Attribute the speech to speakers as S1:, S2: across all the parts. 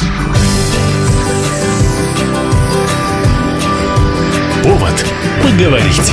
S1: Повод поговорить.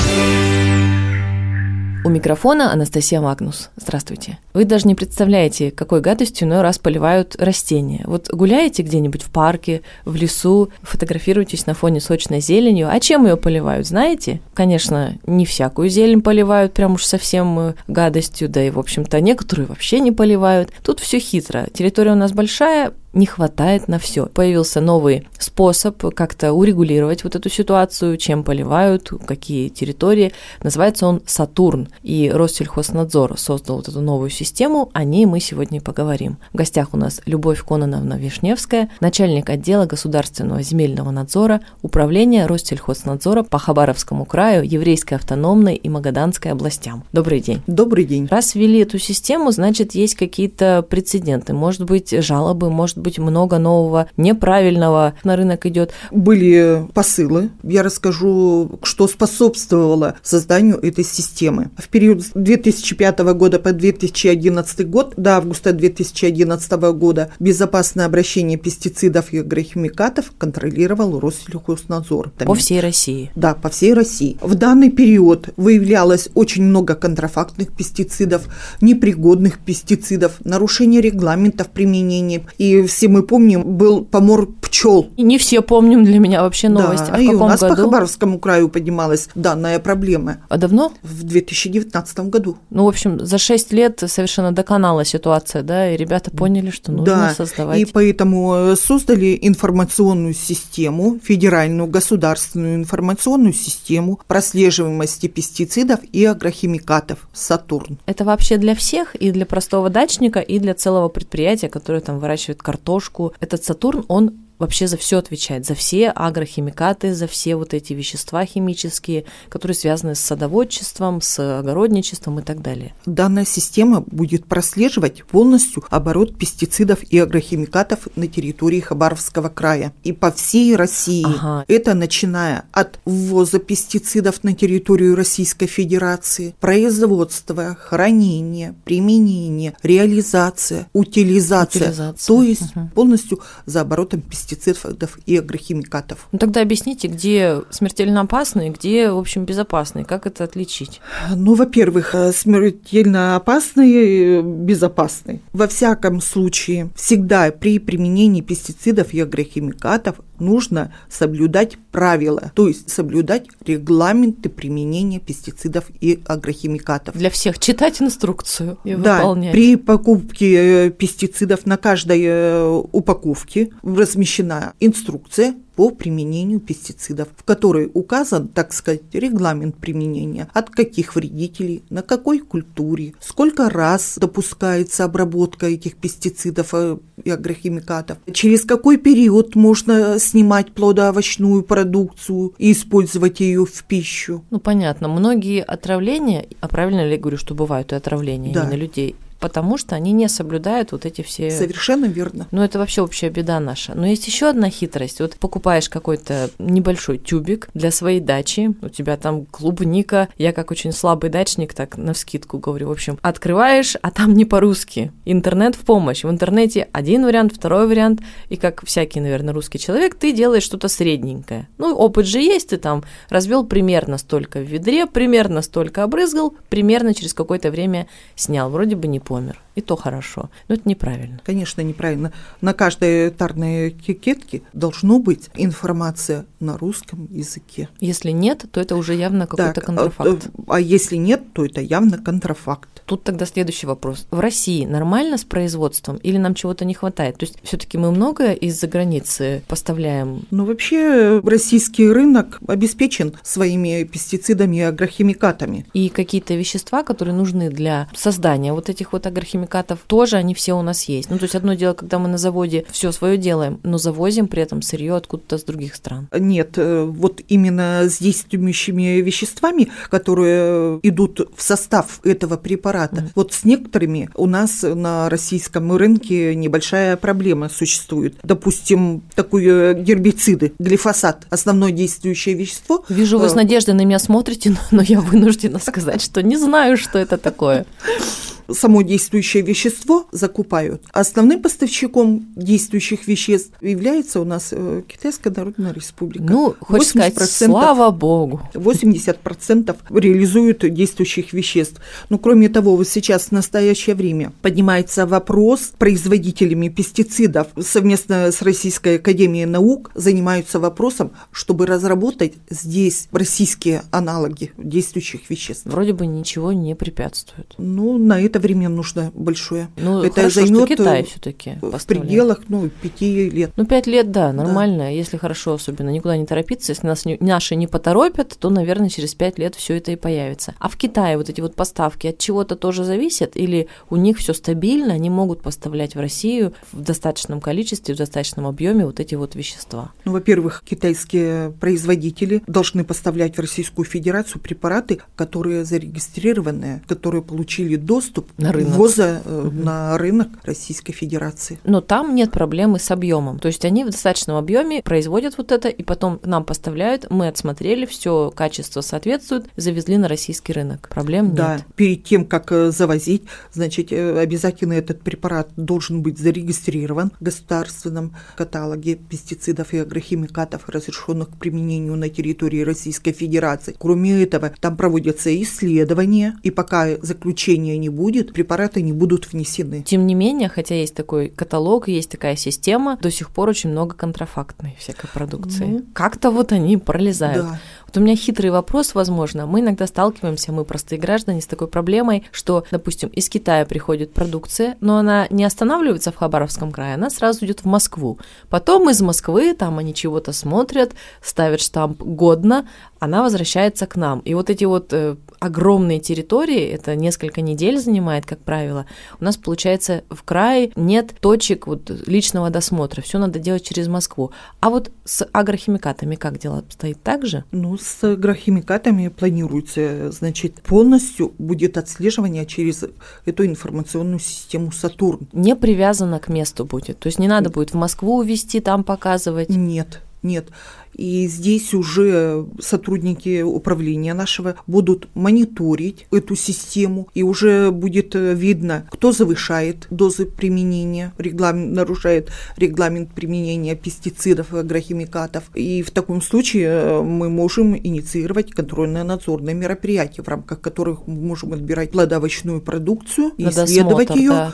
S2: У микрофона Анастасия Магнус. Здравствуйте. Вы даже не представляете, какой гадостью иной раз поливают растения. Вот гуляете где-нибудь в парке, в лесу, фотографируетесь на фоне сочной зеленью. А чем ее поливают, знаете? Конечно, не всякую зелень поливают, прям уж совсем гадостью, да и, в общем-то, некоторые вообще не поливают. Тут все хитро. Территория у нас большая, не хватает на все. Появился новый способ как-то урегулировать вот эту ситуацию, чем поливают, какие территории. Называется он «Сатурн». И Россельхознадзор создал вот эту новую систему, о ней мы сегодня и поговорим. В гостях у нас Любовь Кононовна Вишневская, начальник отдела государственного земельного надзора, управления Россельхознадзора по Хабаровскому краю, Еврейской автономной и Магаданской областям. Добрый день.
S3: Добрый день.
S2: Раз ввели эту систему, значит, есть какие-то прецеденты. Может быть, жалобы, может быть, много нового, неправильного на рынок идет.
S3: Были посылы. Я расскажу, что способствовало созданию этой системы. В период с 2005 года по 2011 год, до августа 2011 года, безопасное обращение пестицидов и агрохимикатов контролировал Россельхознадзор.
S2: По всей России?
S3: Да, по всей России. В данный период выявлялось очень много контрафактных пестицидов, непригодных пестицидов, нарушение регламентов применения. И все мы помним, был помор пчел.
S2: И не все помним, для меня вообще новость.
S3: Да,
S2: а в каком
S3: и у нас
S2: году?
S3: По Хабаровскому краю поднималась данная проблема.
S2: А давно?
S3: В 2019 году.
S2: Ну, в общем, за 6 лет совершенно доконала ситуация, да, и ребята поняли, что нужно создавать.
S3: И поэтому создали информационную систему, федеральную государственную информационную систему прослеживаемости пестицидов и агрохимикатов «Сатурн».
S2: Это вообще для всех, и для простого дачника, и для целого предприятия, которое там выращивает картошку. Этот «Сатурн», он вообще за все отвечает, за все агрохимикаты, за все вот эти вещества химические, которые связаны с садоводчеством, с огородничеством и так далее.
S3: Данная система будет прослеживать полностью оборот пестицидов и агрохимикатов на территории Хабаровского края и по всей России.
S2: Ага.
S3: Это начиная от ввоза пестицидов на территорию Российской Федерации, производства, хранения, применения, реализация, утилизация. То есть полностью за оборотом пестицидов и агрохимикатов.
S2: Ну тогда объясните, где смертельно опасные, где, в общем, безопасные, как это отличить?
S3: Ну, во-первых, смертельно опасные и безопасные. Во всяком случае, всегда при применении пестицидов и агрохимикатов нужно соблюдать правила, то есть соблюдать регламенты применения пестицидов и агрохимикатов.
S2: Для всех читать инструкцию и
S3: Да,
S2: выполнять.
S3: при покупке пестицидов на каждой упаковке размещена инструкция по применению пестицидов, в которой указан, так сказать, регламент применения, от каких вредителей, на какой культуре, сколько раз допускается обработка этих пестицидов и агрохимикатов, через какой период можно снимать плодоовощную продукцию и использовать ее в пищу.
S2: Ну, понятно. Многие отравления, а правильно ли я говорю, что бывают и отравления на людей? Потому что они не соблюдают вот эти все...
S3: Совершенно верно.
S2: Ну, это вообще общая беда наша. Но есть еще одна хитрость. Вот покупаешь какой-то небольшой тюбик для своей дачи, у тебя там клубника, я как очень слабый дачник, так навскидку говорю, в общем, открываешь, а там не по-русски. Интернет в помощь. В интернете один вариант, второй вариант, и как всякий, наверное, русский человек, ты делаешь что-то средненькое. Ну, опыт же есть, ты там развел примерно столько в ведре, примерно столько обрызгал, примерно через какое-то время снял. Вроде бы не помер. И то хорошо. Но это неправильно.
S3: Конечно, неправильно. На каждой тарной этикетке должна быть информация на русском языке.
S2: Если нет, то это уже явно какой-то контрафакт.
S3: А если нет, то это явно контрафакт.
S2: Тут тогда следующий вопрос. В России нормально с производством или нам чего-то не хватает? То есть все-таки мы многое из-за границы поставляем?
S3: Ну, вообще, российский рынок обеспечен своими пестицидами и агрохимикатами.
S2: И какие-то вещества, которые нужны для создания вот этих вот агрохимикатов, тоже они все у нас есть. Ну, то есть одно дело, когда мы на заводе все свое делаем, но завозим при этом сырье откуда-то с других стран.
S3: Нет, вот именно с действующими веществами, которые идут в состав этого препарата, вот с некоторыми у нас на российском рынке небольшая проблема существует. Допустим, такие гербициды, глифосат, основное действующее вещество.
S2: Вижу, вы с надеждой на меня смотрите, но я вынуждена сказать, что не знаю, что это такое.
S3: само действующее вещество закупают. Основным поставщиком действующих веществ является у нас Китайская Народная Республика.
S2: Ну, хочешь сказать, слава богу.
S3: 80% реализуют действующих веществ. Но кроме того, вот сейчас в настоящее время поднимается вопрос, производителями пестицидов совместно с Российской Академией Наук занимаются вопросом, чтобы разработать здесь российские аналоги действующих веществ.
S2: Вроде бы ничего не препятствует.
S3: Ну, на это время нужно большое.
S2: Ну,
S3: это
S2: хорошо,
S3: займет
S2: что Китай все-таки
S3: в пределах 5 лет.
S2: 5 лет, да, нормально. Да. Если хорошо, особенно никуда не торопиться, если наши не поторопят, то, наверное, через 5 лет все это и появится. А в Китае вот эти вот поставки от чего-то тоже зависят, или у них все стабильно, они могут поставлять в Россию в достаточном количестве, в достаточном объеме вот эти вот вещества?
S3: Ну, во-первых, китайские производители должны поставлять в Российскую Федерацию препараты, которые зарегистрированы, которые получили доступ
S2: на рынок.
S3: Ввоза на рынок Российской Федерации.
S2: Но там нет проблемы с объемом. То есть они в достаточном объеме производят вот это, и потом к нам поставляют, мы отсмотрели, все качество соответствует, завезли на российский рынок. Проблем нет.
S3: Да, перед тем, как завозить, значит, обязательно этот препарат должен быть зарегистрирован в государственном каталоге пестицидов и агрохимикатов, разрешенных к применению на территории Российской Федерации. Кроме этого, там проводятся исследования, и пока заключения не будет, препараты не будут внесены.
S2: Тем не менее, хотя есть такой каталог, есть такая система, до сих пор очень много контрафактной всякой продукции. Как-то вот они пролезают.
S3: Да.
S2: Вот у меня хитрый вопрос, возможно. Мы иногда сталкиваемся, мы простые граждане, с такой проблемой, что, допустим, из Китая приходит продукция, но она не останавливается в Хабаровском крае, она сразу идет в Москву. Потом из Москвы, там они чего-то смотрят, ставят штамп «годно», она возвращается к нам. И вот эти вот огромные территории, это несколько недель занимает, как правило, у нас, получается, в крае нет точек вот личного досмотра, все надо делать через Москву. А вот с агрохимикатами как дело обстоит так же?
S3: Ну, с агрохимикатами планируется, значит, полностью будет отслеживание через эту информационную систему «Сатурн».
S2: Не привязано к месту будет, то есть не надо будет в Москву увезти, там показывать?
S3: Нет. И здесь уже сотрудники управления нашего будут мониторить эту систему, и уже будет видно, кто завышает дозы применения, нарушает регламент применения пестицидов и агрохимикатов. И в таком случае мы можем инициировать контрольно-надзорные мероприятия, в рамках которых мы можем отбирать плодоовощную продукцию и исследовать ее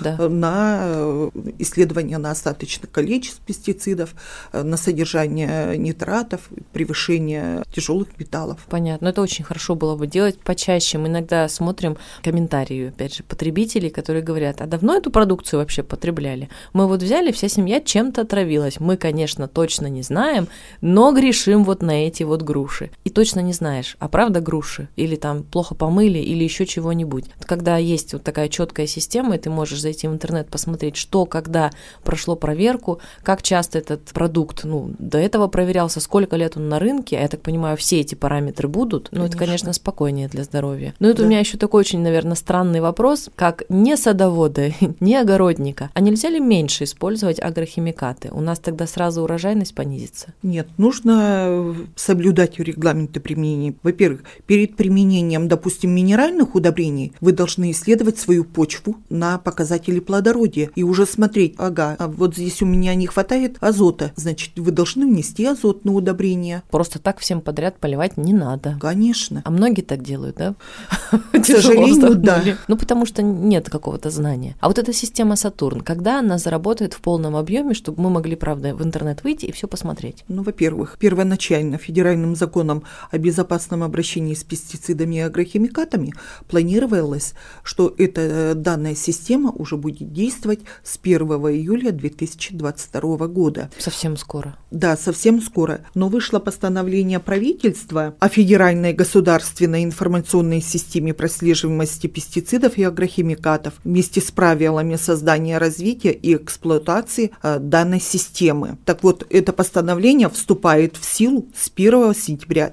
S3: на исследование на остаточных количеств пестицидов, на содержание нитратов, превышение тяжелых металлов.
S2: Понятно. Это очень хорошо было бы делать почаще. Мы иногда смотрим комментарии, опять же, потребителей, которые говорят, а давно эту продукцию вообще потребляли? Мы вот взяли, вся семья чем-то отравилась. Мы, конечно, точно не знаем, но грешим вот на эти вот груши. И точно не знаешь, а правда груши? Или там плохо помыли, или еще чего-нибудь. Когда есть вот такая четкая система, и ты можешь зайти в интернет, посмотреть, что, когда прошло проверку, как часто этот продукт, до этого проверялся, сколько лет он на рынке, а я так понимаю, все эти параметры будут, это, конечно, спокойнее для здоровья. Но это у меня еще такой очень, наверное, странный вопрос, как не садовода, не огородника, а нельзя ли меньше использовать агрохимикаты? У нас тогда сразу урожайность понизится?
S3: Нет, нужно соблюдать регламенты применения. Во-первых, перед применением, допустим, минеральных удобрений вы должны исследовать свою почву на показатели плодородия и уже смотреть, а вот здесь у меня не хватает азота, значит, вы должны внести азотное удобрение.
S2: Просто так всем подряд поливать не надо.
S3: Конечно.
S2: А многие так делают, да?
S3: К сожалению, да.
S2: Потому что нет какого-то знания. А вот эта система Сатурн, когда она заработает в полном объеме, чтобы мы могли, правда, в интернет выйти и все посмотреть?
S3: Во-первых, первоначально федеральным законом о безопасном обращении с пестицидами и агрохимикатами планировалось, что эта данная система уже будет действовать с 1 июля 2022 года.
S2: Совсем скоро.
S3: Да, совсем скоро. Но вышло постановление правительства о федеральной государственной информационной системе прослеживаемости пестицидов и агрохимикатов вместе с правилами создания, развития и эксплуатации данной системы. Так вот, это постановление вступает в силу с 1 сентября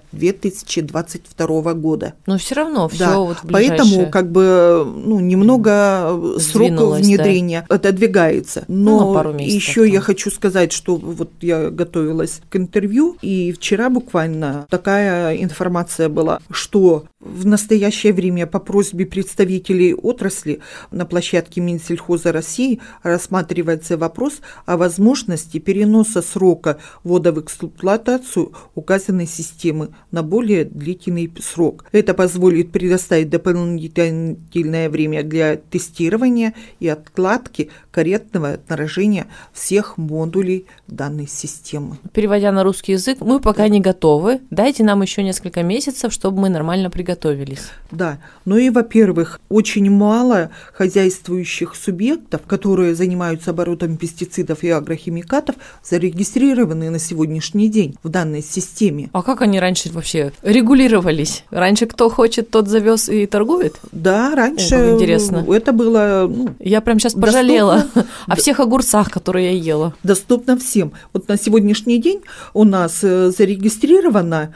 S3: 2022 года.
S2: Но все равно все
S3: да,
S2: вот в ближайшее...
S3: Поэтому немного срок внедрения отодвигается. Но
S2: пару месяцев,
S3: еще я хочу сказать, что вот я готовилась к интервью, году. И вчера буквально такая информация была, что в настоящее время по просьбе представителей отрасли на площадке Минсельхоза России рассматривается вопрос о возможности переноса срока ввода в эксплуатацию указанной системы на более длительный срок. Это позволит предоставить дополнительное время для тестирования и откладки корректного отражения всех модулей данной системы.
S2: Переводя на русский язык, мы пока не готовы. Дайте нам еще несколько месяцев, чтобы мы нормально приготовились.
S3: Да, ну и, во-первых, очень мало хозяйствующих субъектов, которые занимаются оборотом пестицидов и агрохимикатов, зарегистрированы на сегодняшний день в данной системе.
S2: А как они раньше вообще регулировались? Раньше кто хочет, тот завез и торгует?
S3: Да, раньше
S2: интересно.
S3: Это было...
S2: Я прям сейчас пожалела о всех огурцах, которые я ела.
S3: Доступно всем. Вот на сегодняшний день у нас зарегистрировано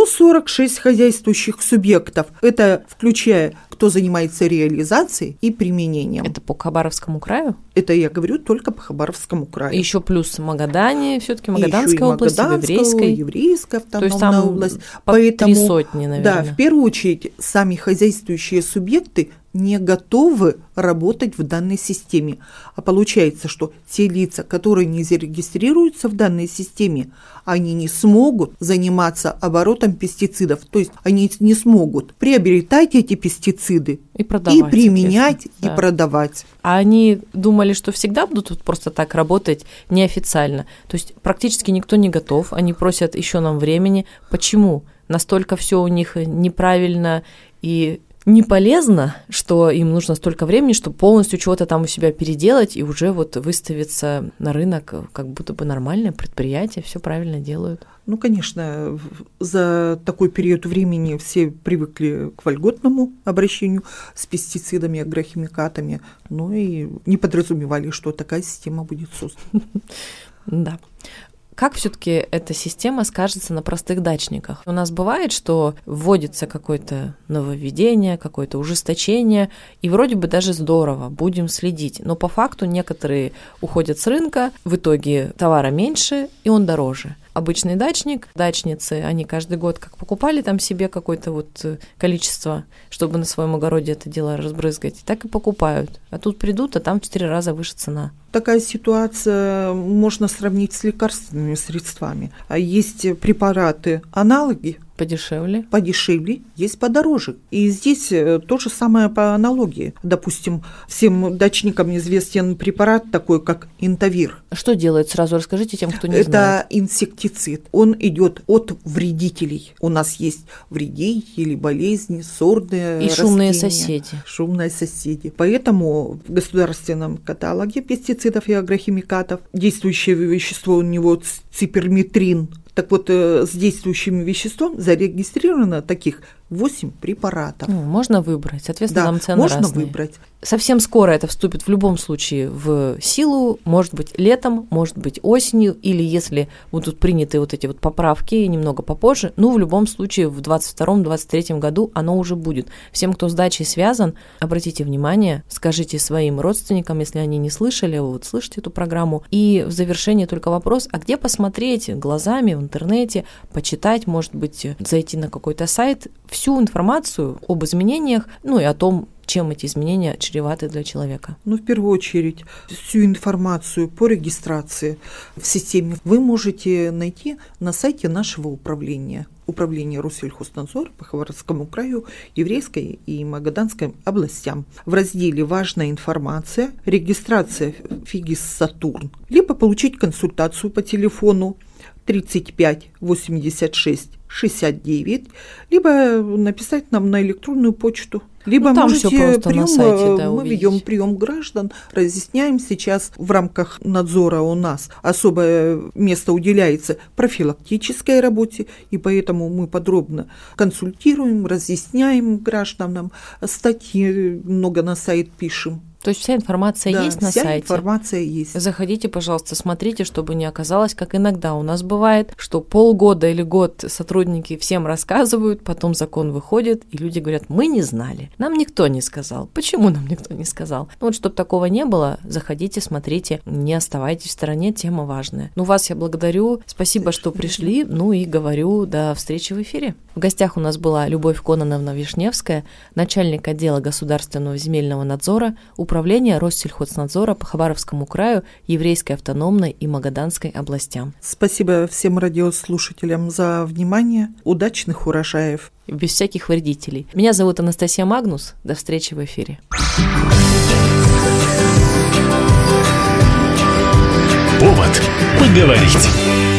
S3: 146 хозяйствующих субъектов. Это включая, кто занимается реализацией и применением.
S2: Это по Хабаровскому краю?
S3: Это я говорю только по Хабаровскому краю.
S2: И еще плюс Магадане, все-таки Магаданская область,
S3: еврейская автономная область.
S2: Поэтому 3 сотни, наверное.
S3: Да, в первую очередь, сами хозяйствующие субъекты не готовы работать в данной системе. А получается, что те лица, которые не зарегистрируются в данной системе, они не смогут заниматься оборотом пестицидов. То есть они не смогут приобретать эти пестициды и применять, и продавать.
S2: А они думали, что всегда будут вот просто так работать неофициально. То есть практически никто не готов. Они просят еще нам времени. Почему? Настолько все у них неправильно и не полезно, что им нужно столько времени, чтобы полностью чего-то там у себя переделать и уже вот выставиться на рынок, как будто бы нормальное предприятие, все правильно делают.
S3: Ну, конечно, за такой период времени все привыкли к вольготному обращению с пестицидами, агрохимикатами, но и не подразумевали, что такая система будет создана.
S2: Да. Как все-таки эта система скажется на простых дачниках? У нас бывает, что вводится какое-то нововведение, какое-то ужесточение, и вроде бы даже здорово, будем следить. Но по факту некоторые уходят с рынка, в итоге товара меньше, и он дороже. Обычный дачник, дачницы, они каждый год как покупали там себе какое-то вот количество, чтобы на своем огороде это дело разбрызгать, так и покупают. А тут придут, а там в 4 раза выше цена.
S3: Такая ситуация можно сравнить с лекарственными средствами. А есть препараты, аналоги, подешевле, есть подороже. И здесь то же самое по аналогии. Допустим, всем дачникам известен препарат такой, как Интавир.
S2: Что делает? Сразу расскажите тем, кто не знает.
S3: Это инсектицид. Он идет от вредителей. У нас есть вредители, болезни, сорные растения. Шумные соседи. Поэтому в государственном каталоге пестицидов и агрохимикатов действующее вещество у него циперметрин. Так вот, с действующим веществом зарегистрировано таких 8 препаратов.
S2: Можно выбрать, соответственно,
S3: да,
S2: там цены
S3: можно
S2: разные.
S3: Выбрать.
S2: Совсем скоро это вступит в любом случае в силу, может быть, летом, может быть, осенью, или если будут приняты вот эти вот поправки немного попозже, в любом случае в 2022-2023 году оно уже будет. Всем, кто с дачей связан, обратите внимание, скажите своим родственникам, если они не слышали, вы вот слышите эту программу, и в завершении только вопрос, а где посмотреть глазами в интернете, почитать, может быть, зайти на какой-то сайт, всю информацию об изменениях, и о том, чем эти изменения чреваты для человека.
S3: В первую очередь, всю информацию по регистрации в системе вы можете найти на сайте нашего управления Россельхознадзора по Хабаровскому краю, Еврейской и Магаданской областям. В разделе «Важная информация», регистрация ФИГИС «Сатурн», либо получить консультацию по телефону 35 86 69, либо написать нам на электронную почту. Либо можете мы ведем прием граждан, разъясняем сейчас в рамках надзора у нас особое место уделяется профилактической работе, и поэтому мы подробно консультируем, разъясняем гражданам, статьи много на сайт пишем.
S2: То есть вся информация есть на
S3: вся
S2: сайте?
S3: Информация есть.
S2: Заходите, пожалуйста, смотрите, чтобы не оказалось, как иногда у нас бывает, что полгода или год сотрудники всем рассказывают, потом закон выходит, и люди говорят, мы не знали, нам никто не сказал. Почему нам никто не сказал? Ну вот, чтобы такого не было, заходите, смотрите, не оставайтесь в стороне, тема важная. Ну, вас я благодарю, спасибо, что пришли, ну и говорю, до встречи в эфире. В гостях у нас была Любовь Кононова Вишневская, начальник отдела государственного земельного надзора, управления Россельхознадзора по Хабаровскому краю, Еврейской автономной и Магаданской областям.
S3: Спасибо всем радиослушателям за внимание. Удачных урожаев.
S2: Без всяких вредителей. Меня зовут Анастасия Магнус. До встречи в эфире.
S1: Повод поговорить.